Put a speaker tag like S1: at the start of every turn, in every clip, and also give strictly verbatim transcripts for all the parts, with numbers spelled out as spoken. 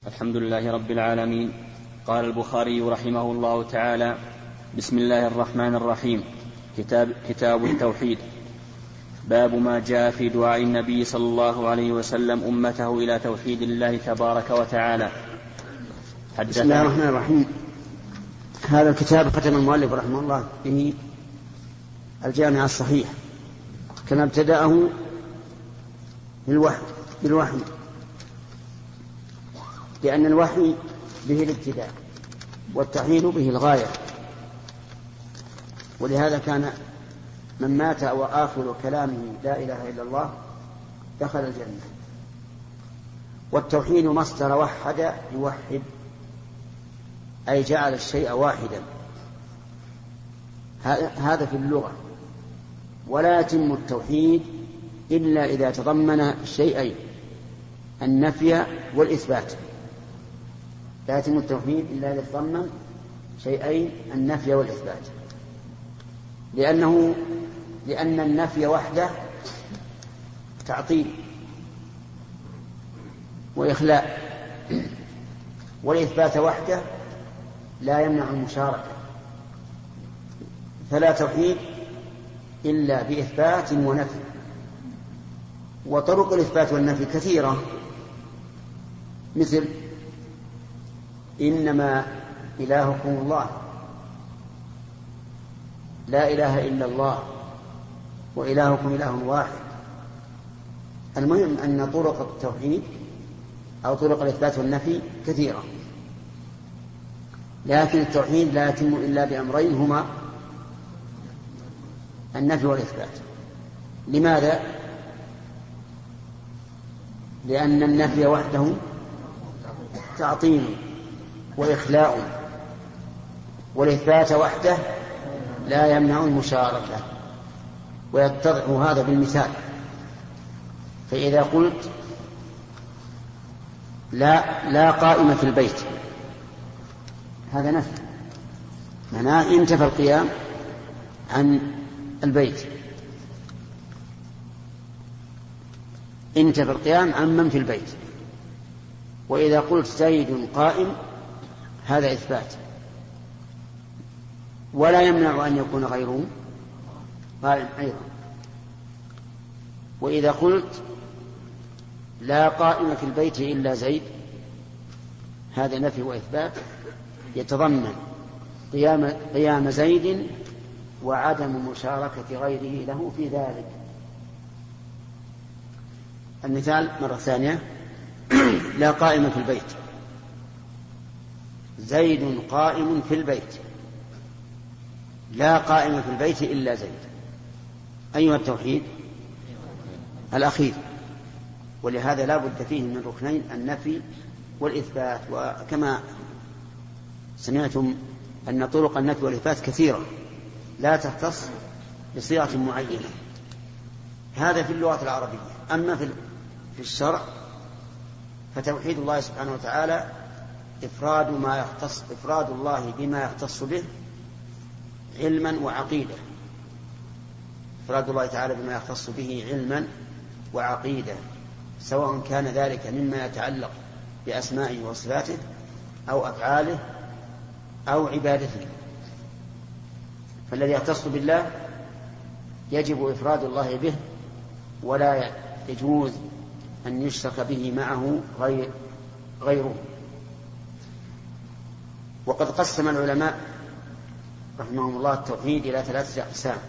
S1: الحمد لله رب العالمين. قال البخاري رحمه الله تعالى: بسم الله الرحمن الرحيم. كتاب, كتاب التوحيد. باب ما جاء في دعاء النبي صلى الله عليه وسلم أمته إلى توحيد الله تبارك وتعالى.
S2: بسم الله الرحمن الرحيم. هذا الكتاب ختم المؤلف رحمه الله به الجامع الصحيح كما ابتدأه بالوحي بالوحي لأن الوحي به الابتداء والتوحيد به الغاية، ولهذا كان من مات وآخر كلامه لا إله إلا الله دخل الجنة. والتوحيد مصدر وحد يوحد، أي جعل الشيء واحدا، هذا في اللغة. ولا يتم التوحيد إلا إذا تضمن شيئين: النفي والإثبات. لا يتم التوحيد إلا إذا تضمن شيئين: النفي والإثبات، لأنه لأن النفي وحده تعطيل وإخلاء، والإثبات وحده لا يمنع المشاركة. فلا توحيد إلا بإثبات ونفي. وطرق الإثبات والنفي كثيرة، مثل: إنما إلهكم الله، لا إله إلا الله، وإلهكم إله واحد. المهم أن طرق التوحيد أو طرق الإثبات والنفي كثيرة، لكن التوحيد لا يتم إلا بأمرين هما النفي والإثبات. لماذا؟ لأن النفي وحده تعطيل وإخلاء، والإثبات وحده لا يمنع المشاركة. ويتضح هذا بالمثال. فإذا قلت لا لا قائمة في البيت، هذا نفي، معناه انتفى القيام عن البيت، انتفى القيام عن من في البيت. وإذا قلت زيد قائم، هذا إثبات، ولا يمنع أن يكون غيره قائم أيضا. وإذا قلت لا قائم في البيت إلا زيد، هذا نفي وإثبات يتضمن قيام, قيام زيد وعدم مشاركة غيره له في ذلك. المثال مرة ثانية: لا قائم في البيت، زيد قائم في البيت، لا قائم في البيت إلا زيد. أيها التوحيد الأخير، ولهذا لا بد فيه من ركنين: النفي والإثبات. وكما سمعتم أن طرق النفي والإثبات كثيرة لا تختص بصيغة معينة. هذا في اللغة العربية. أما في الشرع فتوحيد الله سبحانه وتعالى إفراد ما يختص إفراد الله بما يختص به علما وعقيدة. إفراد الله تعالى بما يختص به علما وعقيدة، سواء كان ذلك مما يتعلق بأسمائه وصفاته أو أفعاله أو عبادته. فالذي يختص بالله يجب إفراد الله به، ولا يجوز أن يشرك به معه غير غيره. وقد قسم العلماء رحمهم الله التوحيد إلى ثلاثة أقسام: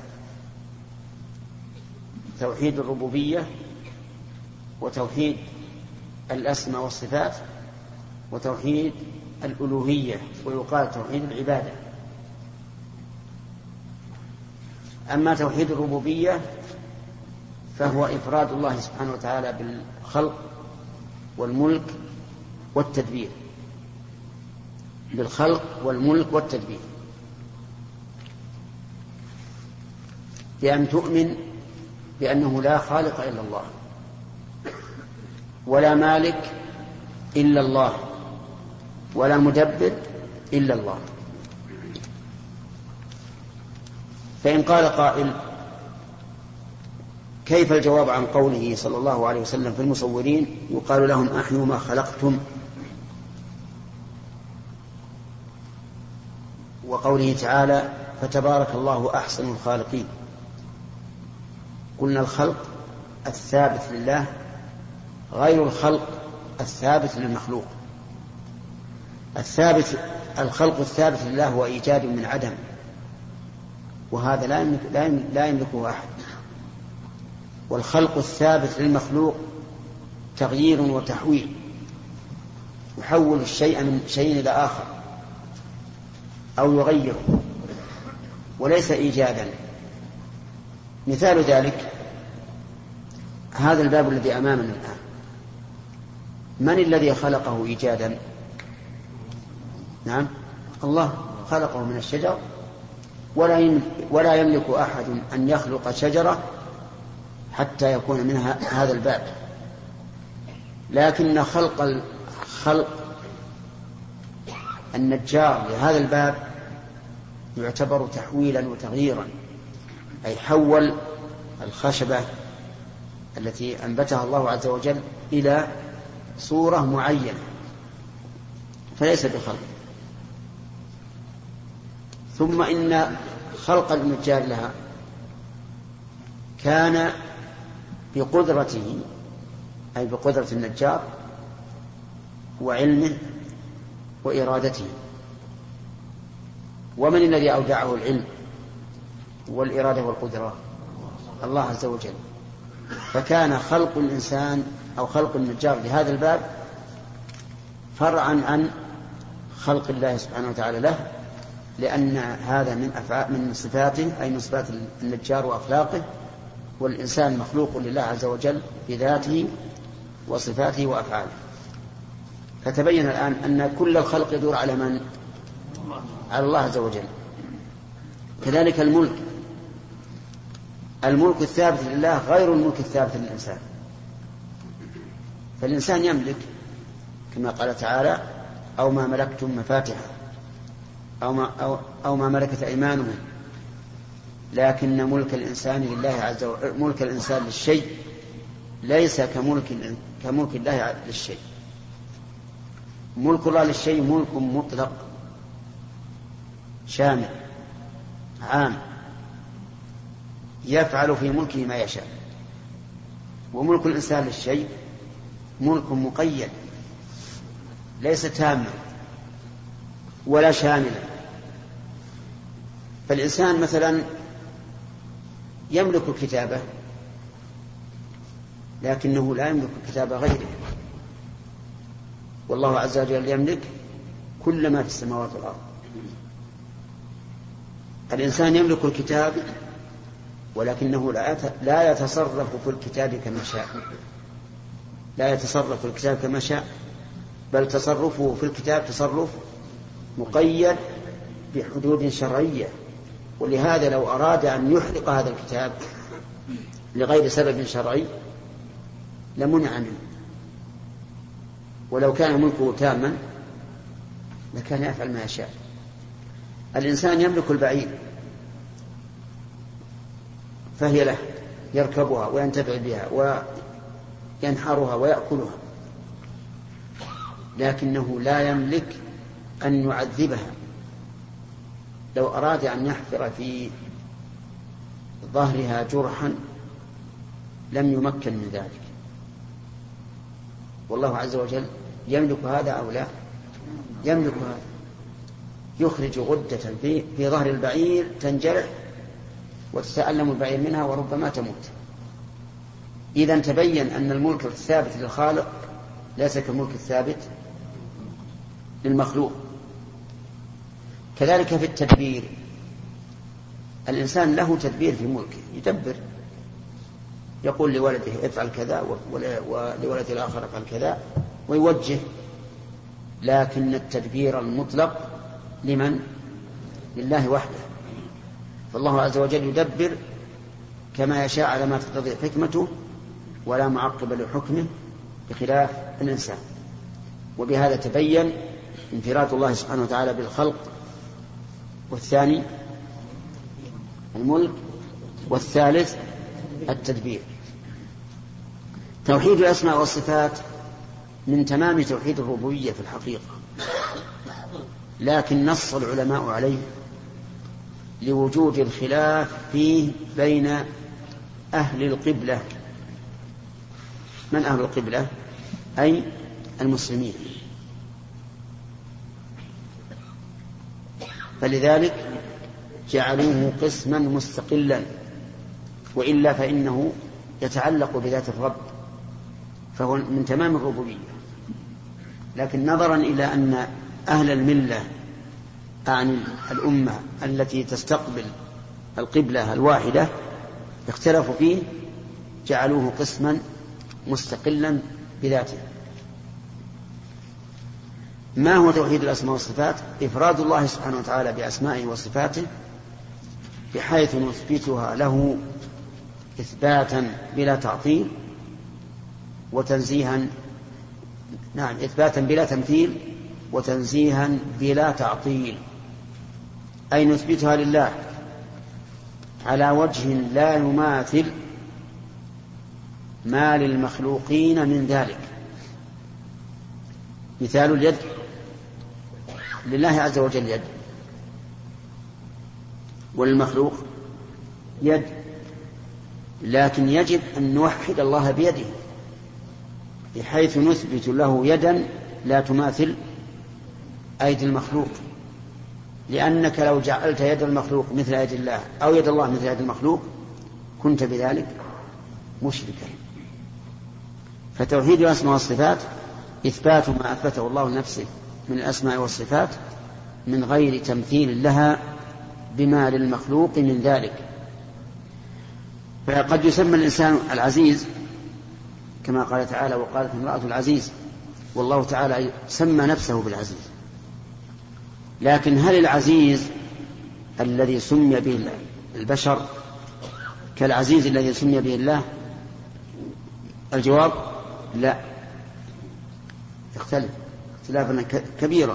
S2: توحيد الربوبية، وتوحيد الأسماء والصفات، وتوحيد الألوهية، ويقال توحيد العبادة. أما توحيد الربوبية فهو إفراد الله سبحانه وتعالى بالخلق والملك والتدبير، بالخلق والملك والتدبير، بأن تؤمن بأنه لا خالق إلا الله، ولا مالك إلا الله، ولا مدبر إلا الله. فإن قال قائل: كيف الجواب عن قوله صلى الله عليه وسلم في المصورين؟ يقال لهم: أحيوا ما خلقتم وقوله تعالى فتبارك الله أحسن الخالقين. قلنا الخلق الثابت لله غير الخلق الثابت للمخلوق. الثابت الخلق الثابت لله هو إيجاد من عدم، وهذا لا يملك لا يملكه أحد. والخلق الثابت للمخلوق تغيير وتحويل، يحول الشيء من شيء إلى آخر أو يغيره، وليس إيجادا. مثال ذلك هذا الباب الذي أمامنا الآن، من الذي خلقه إيجادا؟ نعم، الله خلقه من الشجر، ولا ولا يملك أحد أن يخلق شجرة حتى يكون منها هذا الباب. لكن خلق خلق النجار لهذا الباب يعتبر تحويلا وتغييرا، أي حول الخشبة التي أنبتها الله عز وجل إلى صورة معينة، فليس بخلق. ثم إن خلق النجار لها كان بقدرته، أي بقدرة النجار وعلمه وإرادته. ومن الذي أودعه العلم والإرادة والقدرة؟ الله عز وجل. فكان خلق الإنسان أو خلق النجار لهذا الباب فرعا عن خلق الله سبحانه وتعالى له، لأن هذا من أفعال من صفاته، أي من صفات النجار وأخلاقه، والإنسان مخلوق لله عز وجل بذاته وصفاته وأفعاله. فتبين الآن أن كل الخلق يدور على من؟ على الله عز وجل. كذلك الملك، الملك الثابت لله غير الملك الثابت للإنسان. فالإنسان يملك كما قال تعالى أو ما ملكتم مفاتحه أو ما, أو, أو ما ملكت أيمانهم، لكن ملك الإنسان لله عز وجل، ملك الإنسان للشيء ليس كملك كملك الله للشيء. ملك الله للشيء ملك مطلق شامل عام يفعل في ملكه ما يشاء، وملك الإنسان للشيء ملك مقيد ليس تاما ولا شاملا. فالإنسان مثلا يملك كتابه لكنه لا يملك كتاب غيره، والله عز وجل يملك كل ما في السماوات والأرض. الإنسان يملك الكتاب ولكنه لا يتصرف في الكتاب كما شاء، لا يتصرف في الكتاب كما شاء، بل تصرفه في الكتاب تصرف مقيد بحدود شرعية. ولهذا لو أراد أن يحرق هذا الكتاب لغير سبب شرعي لمنع منه، ولو كان ملكه تاما لكان يفعل ما يشاء. الإنسان يملك البعير فهي له، يركبها وينتفع بها وينحرها ويأكلها، لكنه لا يملك أن يعذبها. لو أراد أن يحفر في ظهرها جرحا لم يمكن من ذلك. والله عز وجل يملك هذا أو لا؟ يملك هذا. يخرج غدة في, في ظهر البعير تنجرح وتتألم البعير منها وربما تموت. إذن تبين أن الملك الثابت للخالق ليس كالملك الثابت للمخلوق. كذلك في التدبير، الإنسان له تدبير في ملكه، يدبر، يقول لولده افعل كذا ولولد الآخر افعل كذا ويوجه. لكن التدبير المطلق لمن؟ لله وحده. فالله عز وجل يدبر كما يشاء على ما تقتضي حكمته ولا معقب لحكمه بخلاف الإنسان. وبهذا تبين انفراد الله سبحانه وتعالى بالخلق، والثاني الملك، والثالث التدبير. توحيد الأسماء والصفات من تمام توحيد الربوبية في الحقيقة، لكن نص العلماء عليه لوجود الخلاف فيه بين أهل القبلة. من أهل القبلة؟ أي المسلمين. فلذلك جعلوه قسما مستقلا، وإلا فإنه يتعلق بذات الرب، فهو من تمام الربوبية. لكن نظرا إلى أن أهل الملة عن الأمة التي تستقبل القبلة الواحدة اختلفوا فيه، جعلوه قسما مستقلا بذاته. ما هو توحيد الأسماء والصفات؟ إفراد الله سبحانه وتعالى بأسمائه وصفاته بحيث نثبتها له إثباتا بلا تعطيل، وتنزيها نعم إثباتا بلا تمثيل، وتنزيها بلا تعطيل، أي نثبتها لله على وجه لا يماثل ما للمخلوقين من ذلك. مثال اليد، لله عز وجل يد، وللمخلوق يد، لكن يجب أن نوحد الله بيده بحيث نثبت له يدا لا تماثل أيدي المخلوق، لأنك لو جعلت يد المخلوق مثل يد الله أو يد الله مثل يد المخلوق كنت بذلك مشركا. فتوحيد الأسماء والصفات إثبات ما أثبته الله لنفسه من الأسماء والصفات من غير تمثيل لها بما للمخلوق من ذلك. فقد يسمى الإنسان العزيز كما قال تعالى: وقالت امرأة العزيز، والله تعالى سمى نفسه بالعزيز. لكن هل العزيز الذي سمي به البشر كالعزيز الذي سمي به الله؟ الجواب لا، يختلف اختلافا كبيرا.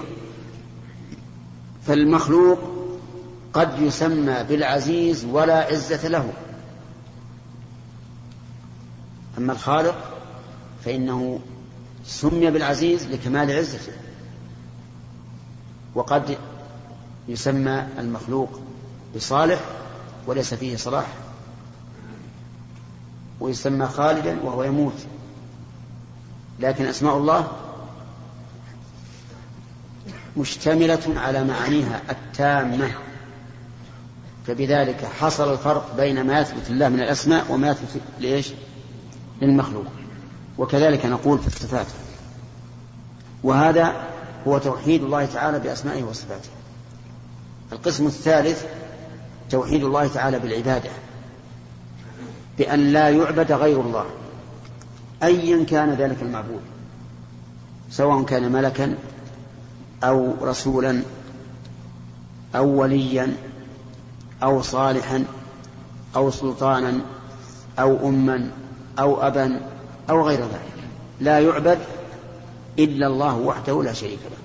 S2: فالمخلوق قد يسمى بالعزيز ولا عزة له، أما الخالق فإنه سمي بالعزيز لكمال عزته. وقد يسمى المخلوق بصالح وليس فيه صلاح، ويسمى خالدا وهو يموت. لكن أسماء الله مشتملة على معانيها التامة، فبذلك حصل الفرق بين ما يثبت الله من الأسماء وما يثبت لإيش؟ للمخلوق. وكذلك نقول في الصفات. وهذا هو توحيد الله تعالى بأسمائه وصفاته. القسم الثالث توحيد الله تعالى بالعبادة، بأن لا يعبد غير الله أيا كان ذلك المعبود، سواء كان ملكا أو رسولا أو وليا أو صالحا أو سلطانا أو أما أو أبا أو غير ذلك، لا يعبد إلا الله وحده لا شريك له.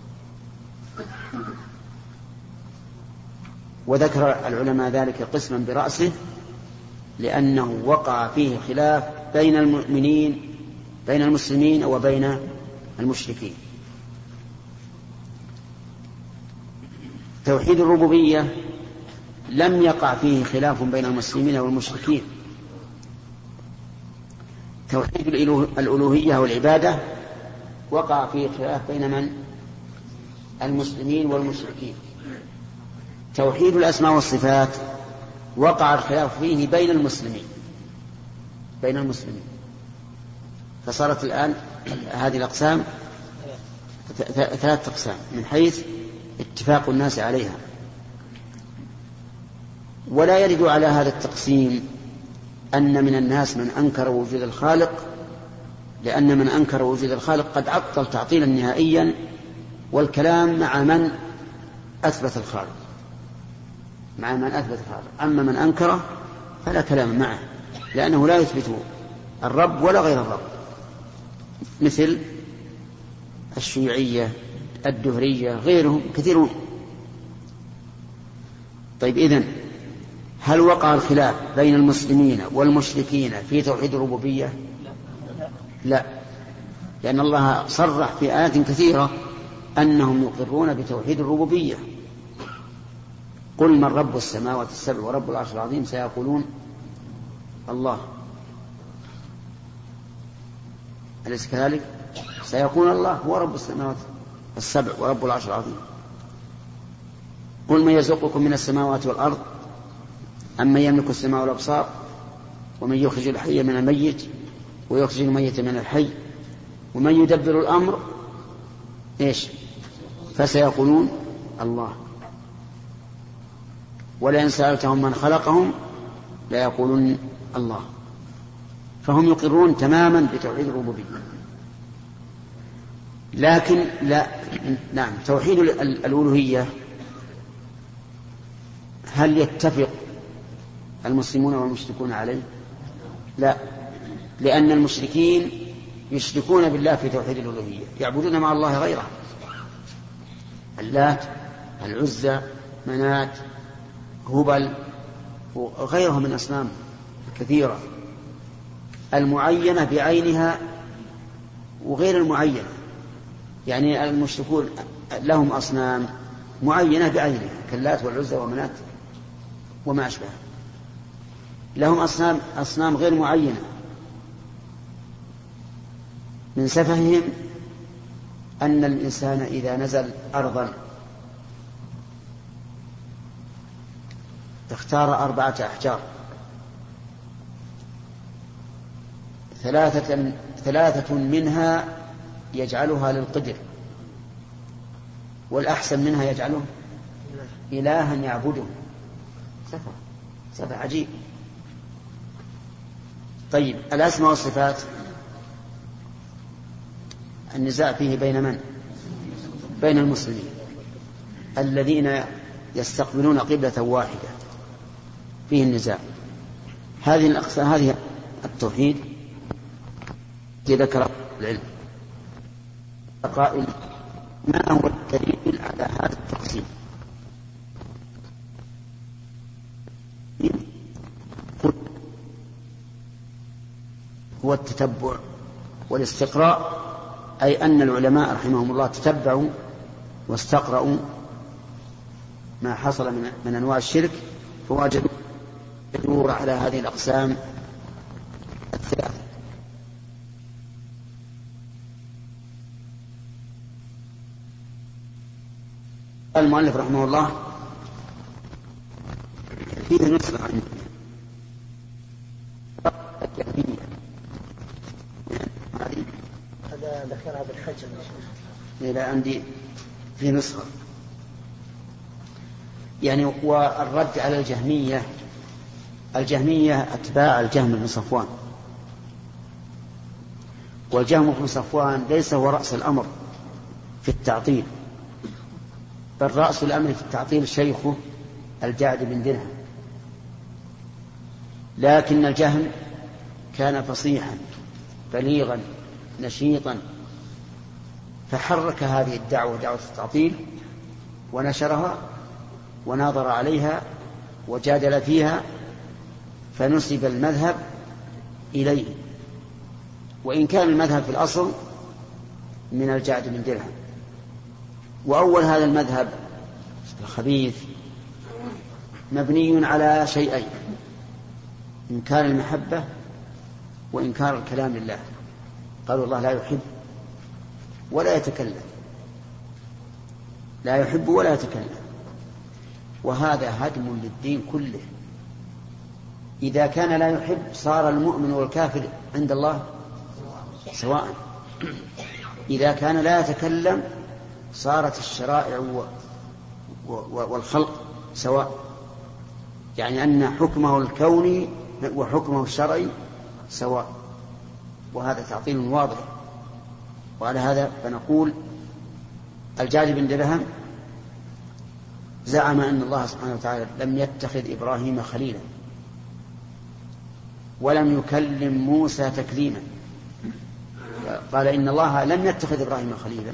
S2: وذكر العلماء ذلك قسما برأسه لأنه وقع فيه خلاف بين المؤمنين بين المسلمين وبين المشركين. توحيد الربوبية لم يقع فيه خلاف بين المسلمين والمشركين. توحيد الألوهية والعبادة وقع فيه خلاف بين من؟ المسلمين والمشركين. توحيد الأسماء والصفات وقع الخلاف فيه بين المسلمين بين المسلمين فصارت الآن هذه الأقسام ثلاثة أقسام من حيث اتفاق الناس عليها. ولا يرد على هذا التقسيم أن من الناس من أنكر وجود الخالق، لأن من أنكر وجود الخالق قد عطل تعطيلا نهائيا، والكلام مع من أثبت الخالق مع من أثبت الخالق. أما من أنكره فلا كلام معه، لأنه لا يثبت الرب ولا غير الرب، مثل الشيوعية الدهرية غيرهم كثيرون. طيب، إذن هل وقع الخلاف بين المسلمين والمشركين في توحيد الربوبية؟ لا، لأن الله صرح في آيات كثيرة أنهم يقرون بتوحيد الربوبية. قل من رب السماوات السبع ورب العرش العظيم سيقولون الله. أليس كذلك؟ سيقول الله هو رب السماوات السبع ورب العرش العظيم. قل من يرزقكم من السماوات والأرض أمن يملك السماء والأبصار ومن يخرج الحي من الميت ويخرج الميت من الحي ومن يدبر الأمر إيش؟ فسيقولون الله. ولئن سألتهم من خلقهم ليقولون الله. فهم يقرون تماما بتوحيد الربوبية. لكن لا نعم توحيد الألوهية هل يتفق المسلمون والمشركون عليه؟ لا، لأن المشركين يشركون بالله في توحيد الألوهية، يعبدون مع الله غيره، اللات، العزى، منات، هبل وغيرهم من أصنام كثيرة، المعينة بعينها وغير المعينة. يعني المشركون لهم أصنام معينة بعينها كاللات والعزى ومنات وما أشبه، لهم أصنام, أصنام غير معينة. من سفههم أن الإنسان إذا نزل أرضا اختار أربعة أحجار ثلاثة, ثلاثة منها يجعلها للقدر والأحسن منها يجعله إلها يعبده. سفه سفه عجيب. طيب الأسماء والصفات النزاع فيه بين من؟ بين المسلمين الذين يستقبلون قبلة واحدة فيه النزاع. هذه الأقسام هذه التوحيد ذكر العلم قائل ما هو الدليل على هذا التقسيم؟ هو التتبع والاستقراء، أي أن العلماء رحمهم الله تتبعوا واستقرأوا ما حصل من, من أنواع الشرك فوجدوا يدور على هذه الأقسام الثلاثة. المؤلف رحمه الله فيه نسخة عنه
S3: هذا ذكرها بالحجم
S2: إلى عندي في نسخة يعني. والرد على الجهمية، الجهمية أتباع الجهم بن صفوان، والجهم بن صفوان ليس هو رأس الأمر في التعطيل، بل رأس الأمر في التعطيل شيخه الجعد بن درهم. لكن الجهم كان فصيحا بليغا نشيطا فحرك هذه الدعوة دعوة التعطيل ونشرها وناظر عليها وجادل فيها فنسب المذهب إليه، وإن كان المذهب في الأصل من الجعد بن درهم. وأول هذا المذهب الخبيث مبني على شيئين: إنكار المحبة وإنكار الكلام لله. قالوا الله لا يحب ولا يتكلم، لا يحب ولا يتكلم، وهذا هدم للدين كله. إذا كان لا يحب صار المؤمن والكافر عند الله سواء، إذا كان لا يتكلم صارت الشرائع والخلق سواء، يعني أن حكمه الكوني وحكمه الشرعي سواء، وهذا تعطيل واضح. وعلى هذا فنقول الجعد بن درهم زعم أن الله سبحانه وتعالى لم يتخذ إبراهيم خليلا ولم يكلم موسى تكليما. قال إن الله لم يتخذ إبراهيم خليلا.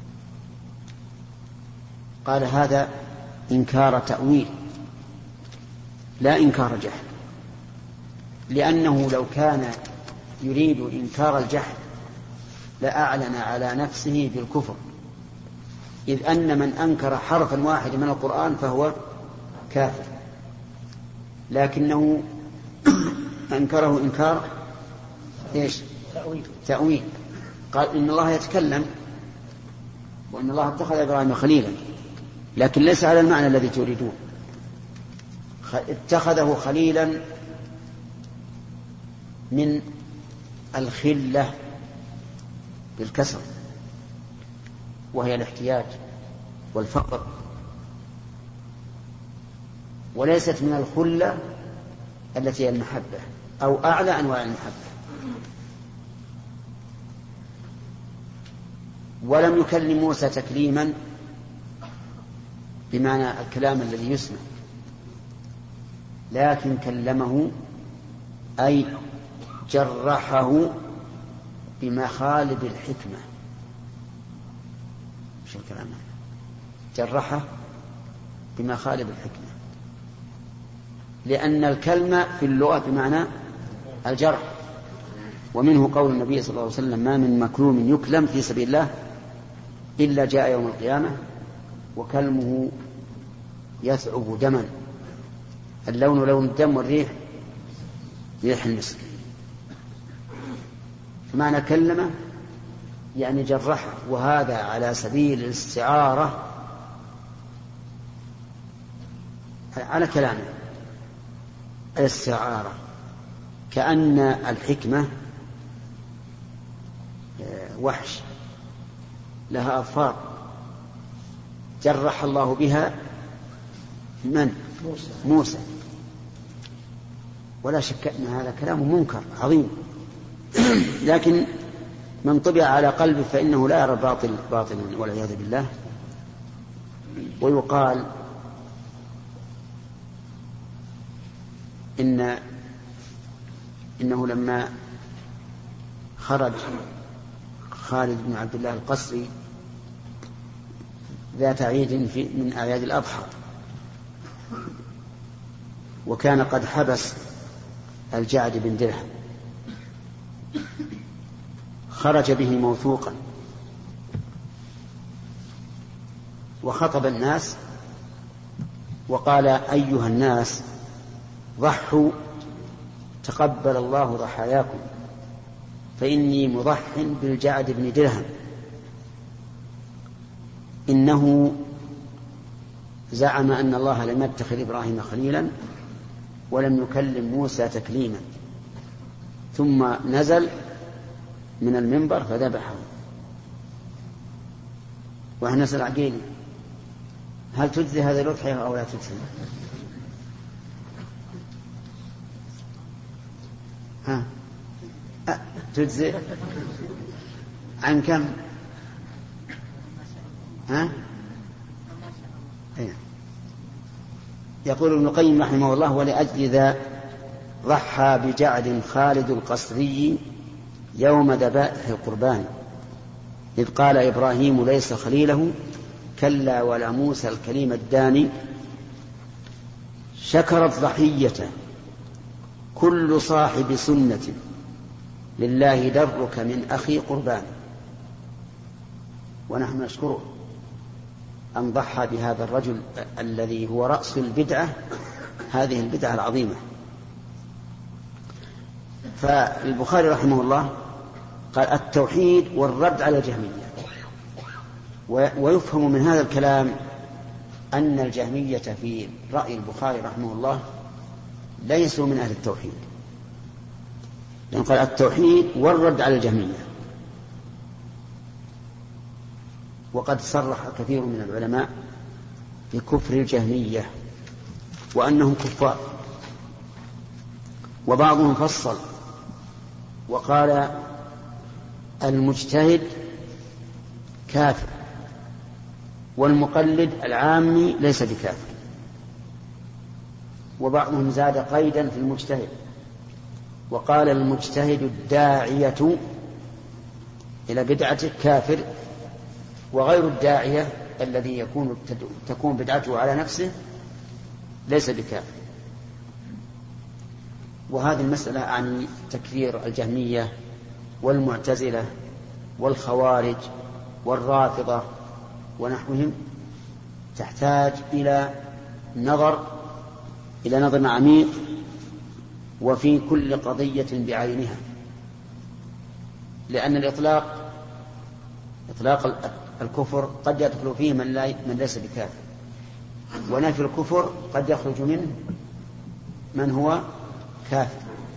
S2: قال هذا إنكار تأويل لا إنكار جحد، لأنه لو كان يريد إنكار الجحد لأعلن على نفسه بالكفر، إذ أن من أنكر حرفا واحدا من القرآن فهو كافر، لكنه أنكره إنكار إيش؟ تأويل. تأويل. قال إن الله يتكلم وإن الله اتخذ إبراهيم خليلا، لكن ليس على المعنى الذي تريدون. اتخذه خليلا من الخلة بالكسر، وهي الاحتياج والفقر، وليست من الخلة التي هي المحبة أو أعلى أنواع المحبة. ولم يكلم موسى تكليما بمعنى الكلام الذي يسمع، لكن كلمه أي جرحه بمخالب الحكمة. شو الكلام هذا؟ جرحه بمخالب الحكمة، لأن الكلمة في اللغة بمعنى الجرح، ومنه قول النبي صلى الله عليه وسلم: ما من مكلوم يكلم في سبيل الله إلا جاء يوم القيامة وكلمه يثعب دما، اللون لون الدم والريح ريح المسك. فمعنى كلمة يعني جرحه، وهذا على سبيل الاستعارة على كلامه، الاستعارة، كأن الحكمة وحش لها أظفار جرح الله بها من؟ موسى. موسى. ولا شك أن هذا كلام منكر عظيم، لكن من طبع على قلبه فإنه لا يرى الباطل باطلا والعياذ بالله. ويقال إن إنه لما خرج خالد بن عبد الله القسري ذات عيد في من أعياد الأضحى، وكان قد حبس الجعد بن درهم، خرج به موثوقا وخطب الناس وقال: أيها الناس، ضحوا تقبل الله ضحاياكم، فإني مضح بالجعد بن درهم، إنه زعم أن الله لم يتخذ إبراهيم خليلا ولم يكلم موسى تكليما، ثم نزل من المنبر فذبحه. وإحنا نسأل عقيل: هل تجزي هذا الأضحية أو لا تجزي؟ ها أه. تجزي عن كم؟ ها؟ أيه. يقول ابن القيم رحمه الله: ولأجل ذا ضحى بجعد خالد القصري يوم ذبائح القربان، إذ قال إبراهيم ليس خليله كلا ولا موسى الكليم الداني، شكرت ضحيته كل صاحب سنة لله درك من أخي قربان. ونحن نشكره أن ضحى بهذا الرجل الذي هو رأس البدعة، هذه البدعة العظيمة. فالبخاري رحمه الله قال: التوحيد والرد على الجهمية. ويفهم من هذا الكلام أن الجهمية في رأي البخاري رحمه الله ليسوا من أهل التوحيد، لأن قال التوحيد والرد على الجهمية. وقد صرح كثير من العلماء بكفر الجهمية وأنهم كفار، وبعضهم فصل وقال المجتهد كافر والمقلد العامي ليس بكافر، وبعضهم زاد قيدا في المجتهد وقال المجتهد الداعية إلى بدعته كافر، وغير الداعية الذي يكون تكون بدعته على نفسه ليس بكافر. وهذه المسألة عن تكفير الجهمية والمعتزلة والخوارج والرافضة ونحوهم تحتاج إلى نظر إلى نظر عميق وفي كل قضية بعينها، لأن الإطلاق إطلاق الكفر قد يدخل فيه من, لا من ليس بكافر، ونفي الكفر قد يخرج منه من هو كافر.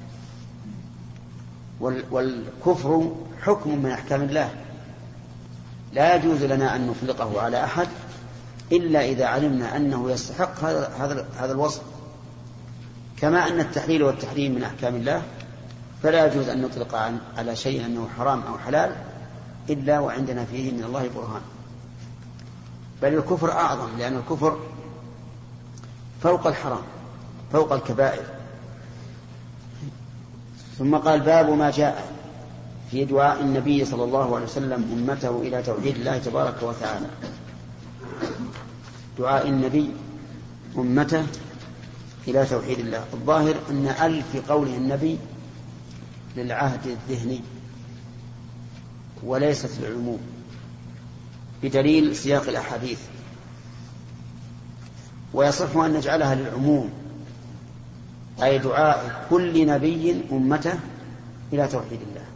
S2: والكفر حكم من أحكام الله، لا يجوز لنا أن نطلقه على أحد إلا إذا علمنا أنه يستحق هذا هذا الوصف. كما أن التحليل والتحريم من أحكام الله، فلا يجوز أن نطلق على شيء أنه حرام أو حلال إلا وعندنا فيه من الله برهان. بل الكفر أعظم، لأن الكفر فوق الحرام، فوق الكبائر. ثم قال: باب ما جاء في دعاء النبي صلى الله عليه وسلم أمته إلى توحيد الله تبارك وتعالى. دعاء النبي أمته إلى توحيد الله. الظاهر أن أل في قوله النبي للعهد الذهني وليست للعموم، بدليل سياق الأحاديث، ويصح أن نجعلها للعموم، أي دعاء كل نبي أمته إلى توحيد الله.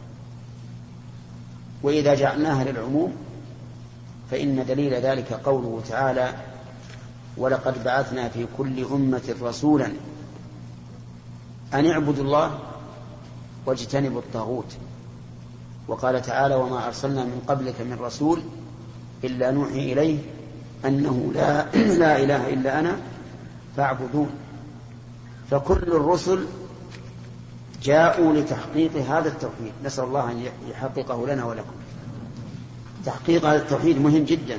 S2: وإذا جعلناها للعموم فإن دليل ذلك قوله تعالى: ولقد بعثنا في كل أمة رسولا أن اعبدوا الله واجتنبوا الطاغوت. وقال تعالى: وما أرسلنا من قبلك من رسول إلا نوحي إليه أنه لا, لا إله إلا أنا فاعبدون. فكل الرسل جاءوا لتحقيق هذا التوحيد، نسأل الله أن يحققه لنا ولكم. تحقيق هذا التوحيد مهم جدا.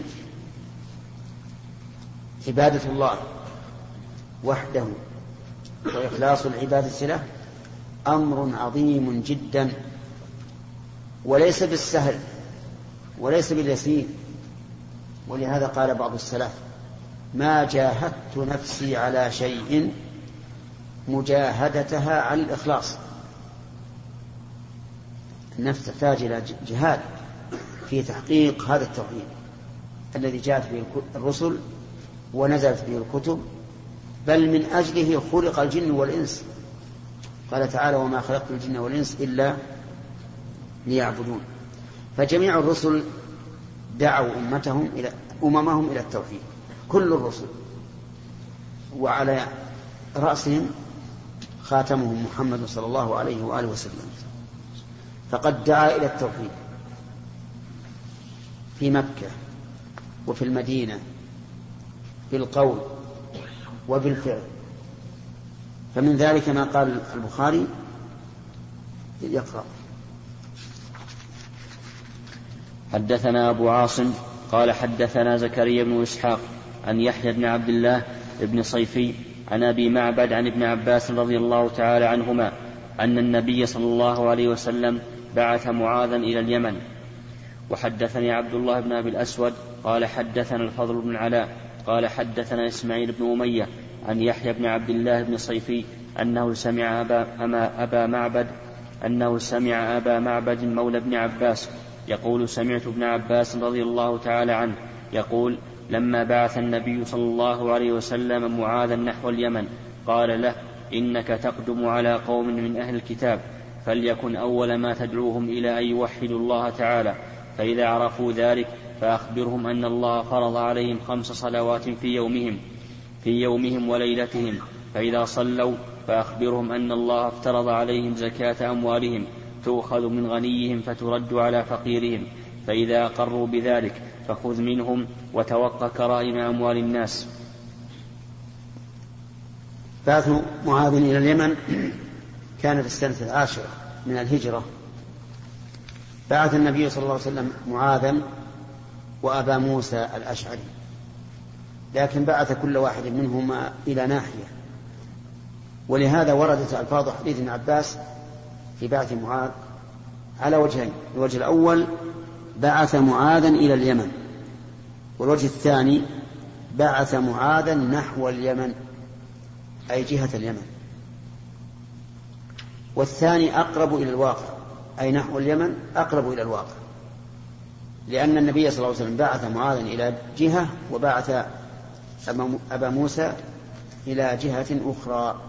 S2: عبادة الله وحده وإخلاص العبادة له أمر عظيم جدا، وليس بالسهل وليس باليسير. ولهذا قال بعض السلف: ما جاهدت نفسي على شيء مجاهدتها على الإخلاص. النفس تحتاج إلى جهاد في تحقيق هذا التوحيد الذي جاءت به الرسل ونزلت به الكتب، بل من أجله خلق الجن والإنس. قال تعالى: وما خلقت الجن والإنس إلا ليعبدون. فجميع الرسل دعوا أمتهم إلى أممهم إلى التوحيد، كل الرسل، وعلى رأسهم خاتمهم محمد صلى الله عليه وآله وسلم. فقد دعا إلى التوحيد في مكة وفي المدينة بالقول وبالفعل. فمن ذلك ما قال البخاري: يقرأ.
S1: حدثنا أبو عاصم قال حدثنا زكريا بن إسحاق عن يحيى بن عبد الله بن صيفي عن أبي معبد عن ابن عباس رضي الله تعالى عنهما أن النبي صلى الله عليه وسلم بعث معاذا إلى اليمن. وحدثني عبد الله بن أبي الأسود قال حدثنا الفضل بن علاء قال حدثنا إسماعيل بن أمية عن يحيى بن عبد الله بن صيفي أنه سمع أبا, أما أبا معبد أنه سمع أبا معبد مولى ابن عباس يقول: سمعت ابن عباس رضي الله تعالى عنه يقول: لما بعث النبي صلى الله عليه وسلم معاذا نحو اليمن قال له: إنك تقدم على قوم من أهل الكتاب، فليكن أول ما تدعوهم إلى أن يوحدوا الله تعالى، فإذا عرفوا ذلك فأخبرهم أن الله فرض عليهم خمس صلوات في يومهم في يومهم وليلتهم، فإذا صلوا فأخبرهم أن الله افترض عليهم زكاة أموالهم تؤخذ من غنيهم فترد على فقيرهم، فإذا أقروا بذلك فخذ منهم وتوقى كرائم أموال الناس.
S2: بعث معاذ إلى اليمن كان في السنة العاشرة من الهجرة. بعث النبي صلى الله عليه وسلم معاذا وأبا موسى الأشعري، لكن بعث كل واحد منهما إلى ناحية. ولهذا وردت ألفاظ حديث ابن عباس في بعث معاذ على وجهين: الوجه الأول بعث معاذا إلى اليمن، والوجه الثاني بعث معاذا نحو اليمن أي جهة اليمن. والثاني أقرب إلى الواقع، أي نحو اليمن أقرب إلى الواقع، لأن النبي صلى الله عليه وسلم بعث معاذا إلى جهة وبعث أبا موسى إلى جهة أخرى.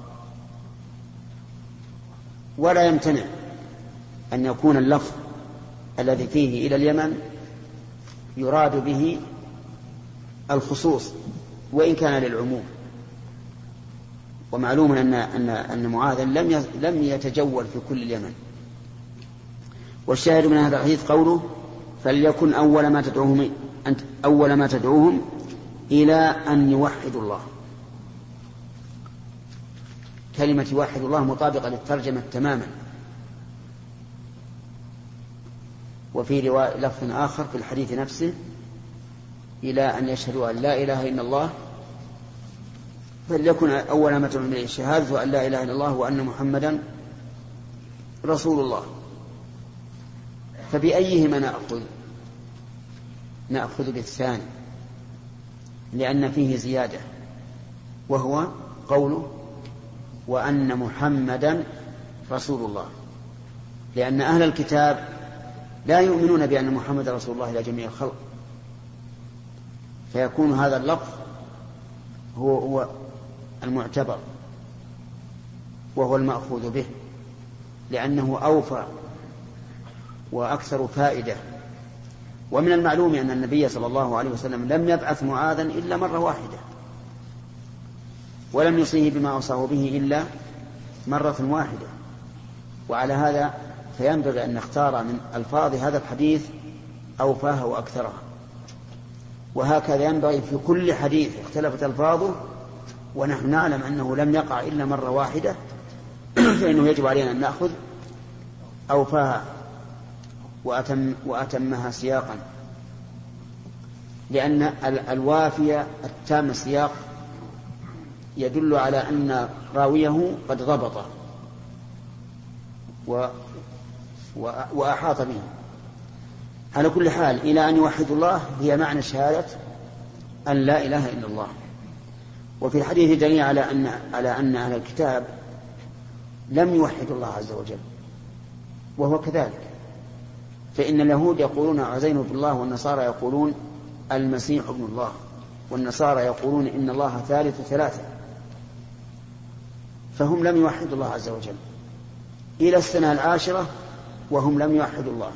S2: ولا يمتنع أن يكون اللفظ الذي فيه إلى اليمن يراد به الخصوص وإن كان للعموم. ومعلوم أن أن أن معاذا لم لم يتجول في كل اليمن. والشاهد من هذا الحديث قوله فليكن أول ما تدعوهم أنت أول ما تدعوهم إلى أن يوحدوا الله. كلمة يوحد الله مطابقة للترجمة تماما. وفي رواية لفظ آخر في الحديث نفسه إلى أن يشهدوا أن لا إله إلا الله. فليكن أول ما تدعوهم إليه الشهادة أن لا إله إلا الله وأن محمدا رسول الله. فبأيهما نأخذ؟ نأخذ بالثاني لأن فيه زيادة، وهو قوله وأن محمدا رسول الله، لأن أهل الكتاب لا يؤمنون بأن محمد رسول الله إلى جميع الخلق، فيكون هذا اللفظ هو, هو المعتبر وهو المأخوذ به، لأنه أوفى وأكثر فائدة. ومن المعلوم أن النبي صلى الله عليه وسلم لم يبعث معاذا إلا مرة واحدة، ولم يصيه بما أوصاه به إلا مرة واحدة. وعلى هذا فينبغي أن نختار من ألفاظ هذا الحديث أوفاها وأكثرها. وهكذا ينبغي في كل حديث اختلفت ألفاظه ونحن نعلم أنه لم يقع إلا مرة واحدة فإنه يجب علينا أن نأخذ أوفاها وأتم وأتمها سياقا، لأن الوافية التام السياق يدل على أن راويه قد ضبطه و... و... وأحاط به. على كل حال إلى أن يوحدوا الله هي معنى شهادة أن لا إله إلا الله. وفي الحديث دليل على أن على أن أهل الكتاب لم يوحدوا الله عز وجل، وهو كذلك. فإن اليهود يقولون عزير ابن الله، والنصارى يقولون المسيح ابن الله، والنصارى يقولون إن الله ثالث ثلاثة. فهم لم يوحدوا الله عز وجل إلى السنة العاشرة وهم لم يوحدوا الله.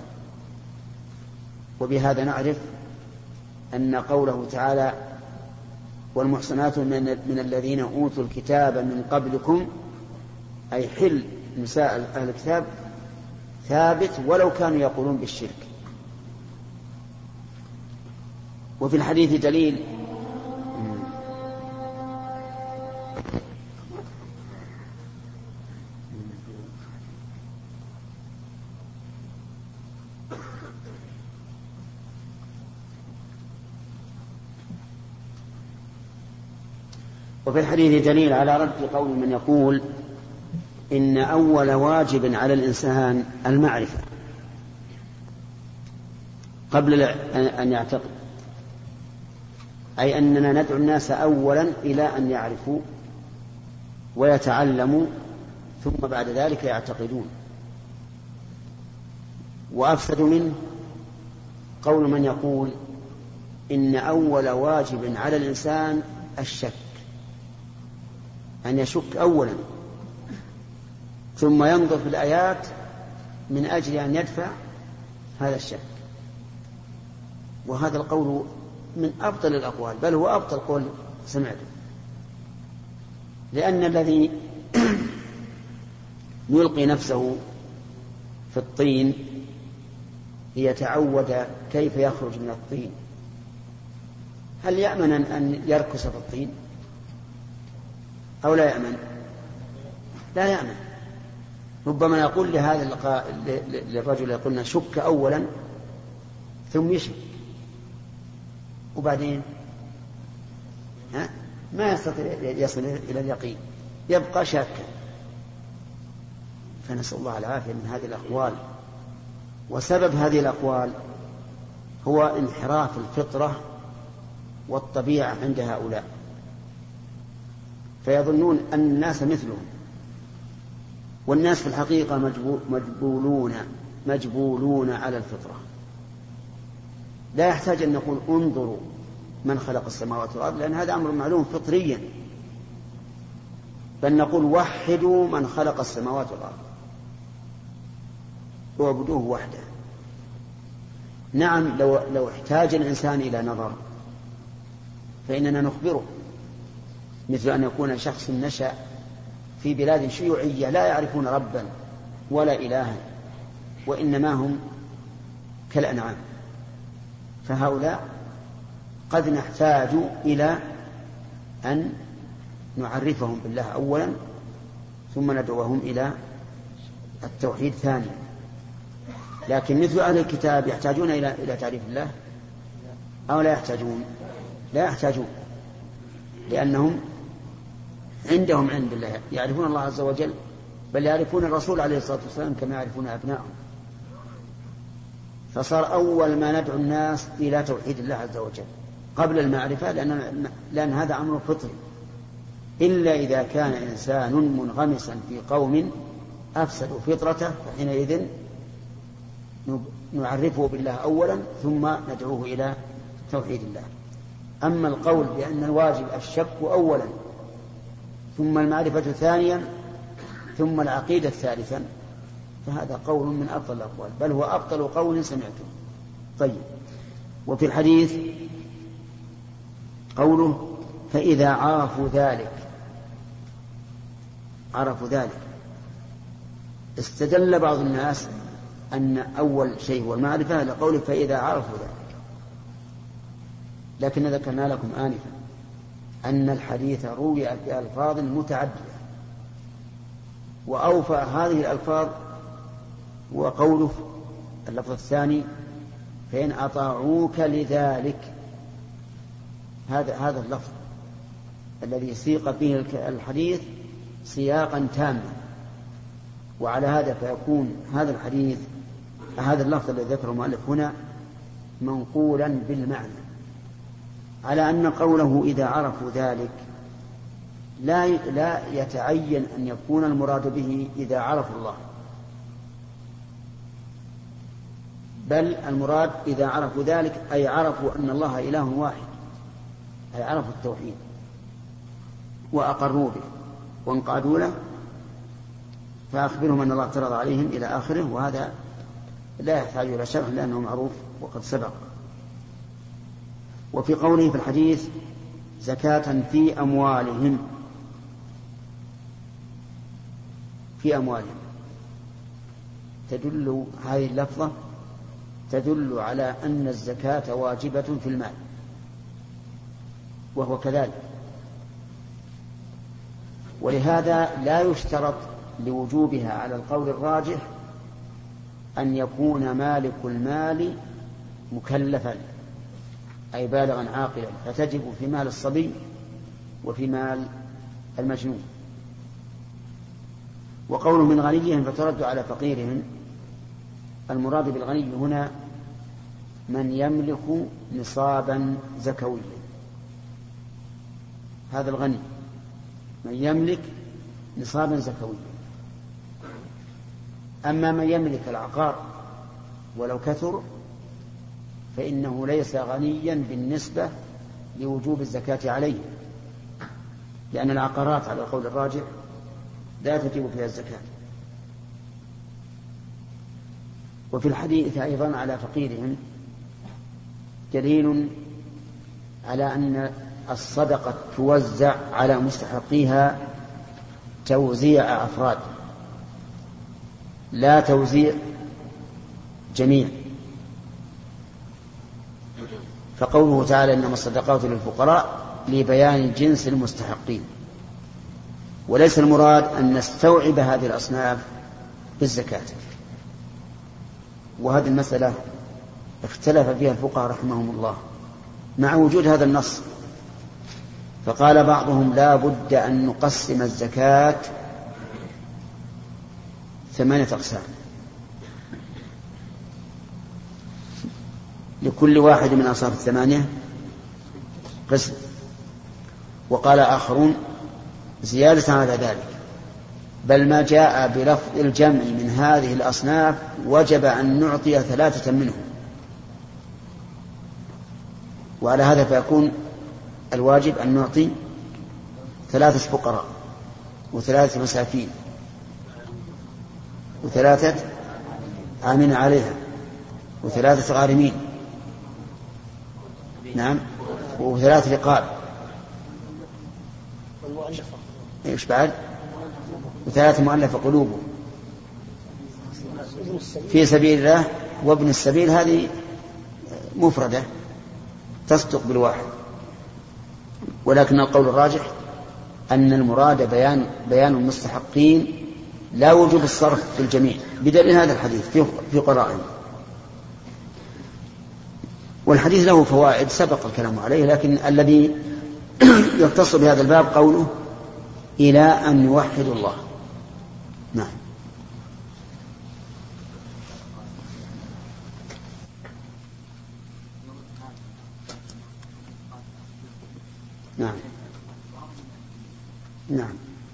S2: وبهذا نعرف أن قوله تعالى والمحصنات من الذين أوتوا الكتاب من قبلكم، أي حل نساء أهل الكتاب، ثابت ولو كانوا يقولون بالشرك. وفي الحديث دليل وفي الحديث دليل على رد قول من يقول إن أول واجب على الإنسان المعرفة قبل أن يعتقد، أي أننا ندعو الناس أولا إلى أن يعرفوا ويتعلموا ثم بعد ذلك يعتقدون. وأفسد منه قول من يقول إن أول واجب على الإنسان الشك، أن يشك أولا ثم ينظر في الآيات من أجل أن يدفع هذا الشك. وهذا القول من أبطل الأقوال، بل هو أبطل قول سمعته، لأن الذي يلقي نفسه في الطين ليتعود كيف يخرج من الطين، هل يأمن أن يركس في الطين أو لا يأمن؟ لا يأمن. ربما يقول لهذا اللقاء للرجل يقولنا شك أولا ثم يشك، وبعدين ها ما يستطيع يصل إلى اليقين، يبقى شاكا. فنسأل الله العافية من هذه الأقوال. وسبب هذه الأقوال هو انحراف الفطرة والطبيعة عند هؤلاء، فيظنون أن الناس مثلهم، والناس في الحقيقة مجبولون مجبولون على الفطرة. لا يحتاج أن نقول انظروا من خلق السماوات والأرض، لأن هذا أمر معلوم فطريا. بل نقول وحدوا من خلق السماوات والأرض واعبدوه وحده. نعم، لو, لو احتاج الإنسان إلى نظر فإننا نخبره، مثل أن يكون شخص نشأ في بلاد شيوعية لا يعرفون ربا ولا إلها وإنما هم كالأنعام، فهؤلاء قد نحتاج إلى أن نعرفهم بالله أولا ثم ندعوهم إلى التوحيد ثانيا. لكن مثل أهل الكتاب يحتاجون إلى إلى تعريف الله أو لا يحتاجون؟ لا يحتاجون، لأنهم عندهم عند الله يعرفون الله عز وجل، بل يعرفون الرسول عليه الصلاة والسلام كما يعرفون أبنائهم. فصار أول ما ندعو الناس إلى توحيد الله عز وجل قبل المعرفة، لأن, لأن هذا أمر فطري، إلا إذا كان إنسان منغمسا في قوم أفسدوا فطرته فحينئذ نعرفه بالله أولا ثم ندعوه إلى توحيد الله. أما القول بأن الواجب الشك أولا ثم المعرفة ثانيا ثم العقيدة ثالثا فهذا قول من أفضل الأقوال، بل هو أفضل قول سمعته. طيب، وفي الحديث قوله فإذا عرفوا ذلك، عرفوا ذلك، استدل بعض الناس أن أول شيء هو المعرفة لقوله فإذا عرفوا ذلك، لكن ذكرنا لكم آنفا أن الحديث روي بألفاظ متعددة، وأوفى هذه الألفاظ وقوله اللفظ الثاني فإن أطاعوك لذلك، هذا هذا اللفظ الذي سيق به الحديث سياقا تاما، وعلى هذا فيكون هذا الحديث هذا اللفظ الذي ذكره المؤلف هنا منقولا بالمعنى، على أن قوله إذا عرفوا ذلك لا لا يتعين أن يكون المراد به إذا عرفوا الله، بل المراد إذا عرفوا ذلك أي عرفوا أن الله إله واحد، أي عرفوا التوحيد وأقروا به وانقادوا له، فأخبرهم أن الله افترض عليهم إلى آخره، وهذا لا يحتاج إلى شرح لأنه معروف وقد سبق. وفي قوله في الحديث زكاة في أموالهم، في أموالهم تدل هذه اللفظة تدل على أن الزكاة واجبة في المال، وهو كذلك، ولهذا لا يشترط لوجوبها على القول الراجح أن يكون مالك المال مكلفا أي بالغا عاقلا، فتجب في مال الصبي وفي مال المجنون. وقوله من غنيهم فترد على فقيرهم، المراد بالغني هنا من يملك نصابا زكويا، هذا الغني من يملك نصابا زكويا. أما من يملك العقار ولو كثر فإنه ليس غنيا بالنسبة لوجوب الزكاة عليه، لأن العقارات على القول الراجح لا تجب فيها الزكاة. وفي الحديث أيضا على فقيرهم دليل على أن الصدقة توزع على مستحقيها توزيع أفراد لا توزيع جميع. فقوله تعالى إنما الصدقات للفقراء لبيان جنس المستحقين، وليس المراد أن نستوعب هذه الأصناف بالزكاة. وهذه المسألة اختلف فيها الفقهاء رحمهم الله مع وجود هذا النص، فقال بعضهم لا بد أن نقسم الزكاة ثمانية أقسام، لكل واحد من أصناف الثمانية قسم. وقال آخرون زيادة على ذلك، بل ما جاء بلفظ الجمع من هذه الأصناف وجب أن نعطي ثلاثة منهم، وعلى هذا فيكون الواجب أن نعطي ثلاثة فقراء وثلاثة مساكين وثلاثة عاملين عليها وثلاثة غارمين، نعم، وثلاث رقاب، ايش بعد؟ وثلاث مؤلفة قلوبهم في سبيل الله وابن السبيل، هذه مفردة تصدق بالواحد. ولكن القول الراجح أن المراد بيان بيان المستحقين لا وجوب الصرف في الجميع، بدليل هذا الحديث في قرائن. والحديث له فوائد سبق الكلام عليه، لكن الذي يختص بهذا الباب قوله إلى أن يوحدوا الله. نعم. نعم نعم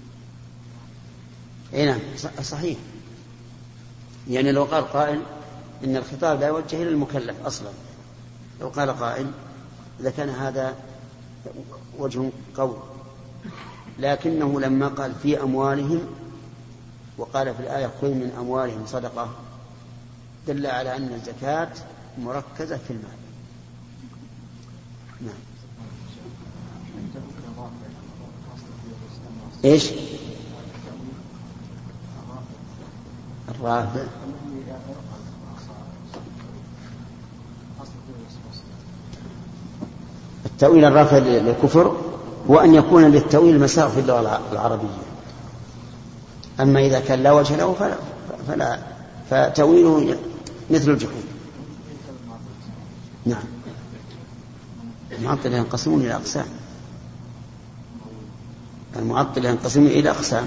S2: اي نعم صحيح. يعني لو قال قائل إن الخطاب لا يوجه إلى المكلف أصلا، لو قال قائل إذا كان هذا وجه قول، لكنه لما قال في أموالهم وقال في الآية خذ من أموالهم صدقة دل على أن الزكاة مركزة في المال. نعم. إيش الرافع؟ التأويل الرافع للكفر هو أن يكون للتأويل مساغ في اللغة العربية، أما إذا كان لا وجه له فلا, فلا فتأويله مثل الجحود. نعم. المعطل ينقسمون إلى أقسام، المعطل ينقسم إلى أقسام.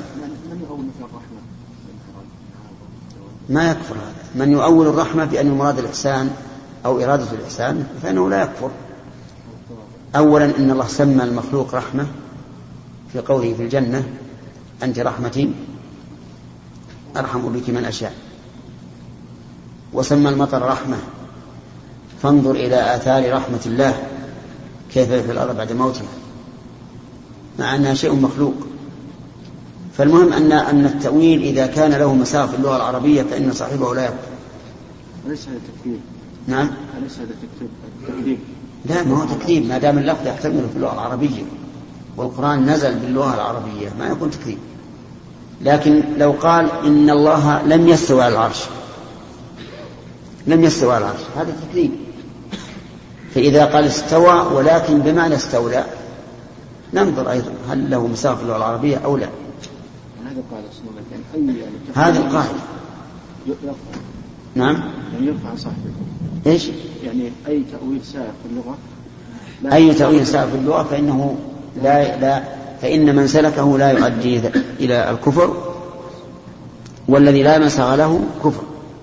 S2: ما يكفر هذا. من يؤول الرحمة بأن المراد الإحسان أو إرادة الإحسان فإنه لا يكفر. أولا إن الله سمى المخلوق رحمة في قوله في الجنة أنت رحمتي أرحم بك من أشاء، وسمى المطر رحمة فانظر إلى آثار رحمة الله كيف في الأرض بعد موتها، مع أنها شيء مخلوق. فالمهم أن أن التأويل إذا كان له مساغ في اللغة العربية فإن صاحبه لا يكفر.
S3: أليس هذا تكذيب؟
S2: نعم.
S3: أليس هذا تكذيب؟
S2: لا، ما هو تكذيب ما دام اللفظ يحتمل في اللغة العربية والقرآن نزل باللغة العربية ما يكون تكذيب. لكن لو قال إن الله لم يستوى على العرش، لم يستوى على العرش، هذا تكذيب. فإذا قال استوى ولكن بمعنى استولى ننظر أيضا هل له مساغ في اللغة العربية أو لا. هذا القاعدة. نعم.
S3: يعني يرفع صاحبه.
S2: إيش؟
S3: يعني أي تأويل سائغ في اللغة.
S2: أي تأويل سائغ في اللغة فإنه لا لا فإن من سلكه لا يؤدي إلى الكفر، والذي لا مساغ له كفر.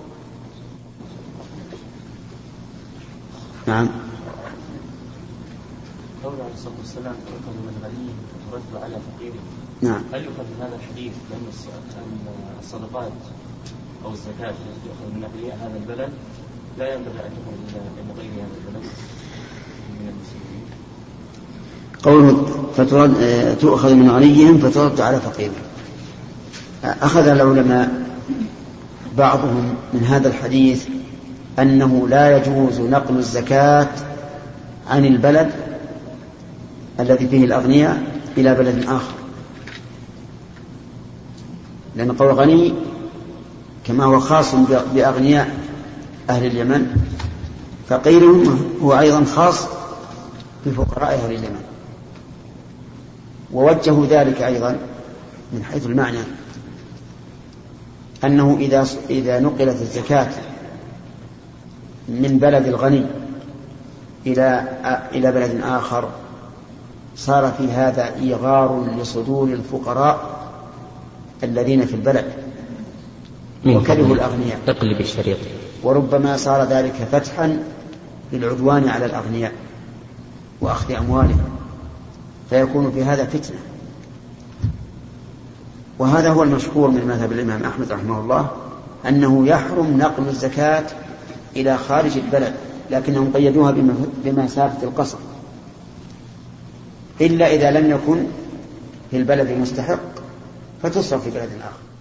S2: نعم.
S4: قول عليه الصلاة والسلام تؤخذ من غني ترد على فقيره.
S2: نعم.
S4: هل يؤخذ من هذا الحديث بأن الصدقات أو الزكاة التي تؤخذ من أغنياء هذا البلد لا ينبغي أن تؤخذ من غير هذا البلد من المسلمين؟
S2: قوله فترد تؤخذ من غنيهم فترد على فقيرهم، أخذ العلماء بعضهم من هذا الحديث أنه لا يجوز نقل الزكاة عن البلد الذي فيه الأغنياء إلى بلد آخر، لأن قول غني كما هو خاص بأغنياء أهل اليمن فقيرهم هو أيضا خاص بفقراء أهل اليمن. ووجهوا ذلك أيضا من حيث المعنى أنه إذا إذا نقلت الزكاة من بلد الغني إلى إلى بلد آخر صار في هذا إيغار لصدور الفقراء الذين في البلد وكرهوا الأغنياء.
S1: اقلب الشريط.
S2: وربما صار ذلك فتحا للعدوان على الأغنياء وأخذ أموالهم، فيكون في هذا فتنة. وهذا هو المشهور من مذهب الإمام أحمد رحمه الله أنه يحرم نقل الزكاة إلى خارج البلد، لكنهم قيدوها بمسافة القصر، إلا إذا لم يكن في البلد المستحق فتصرف في بلد آخر.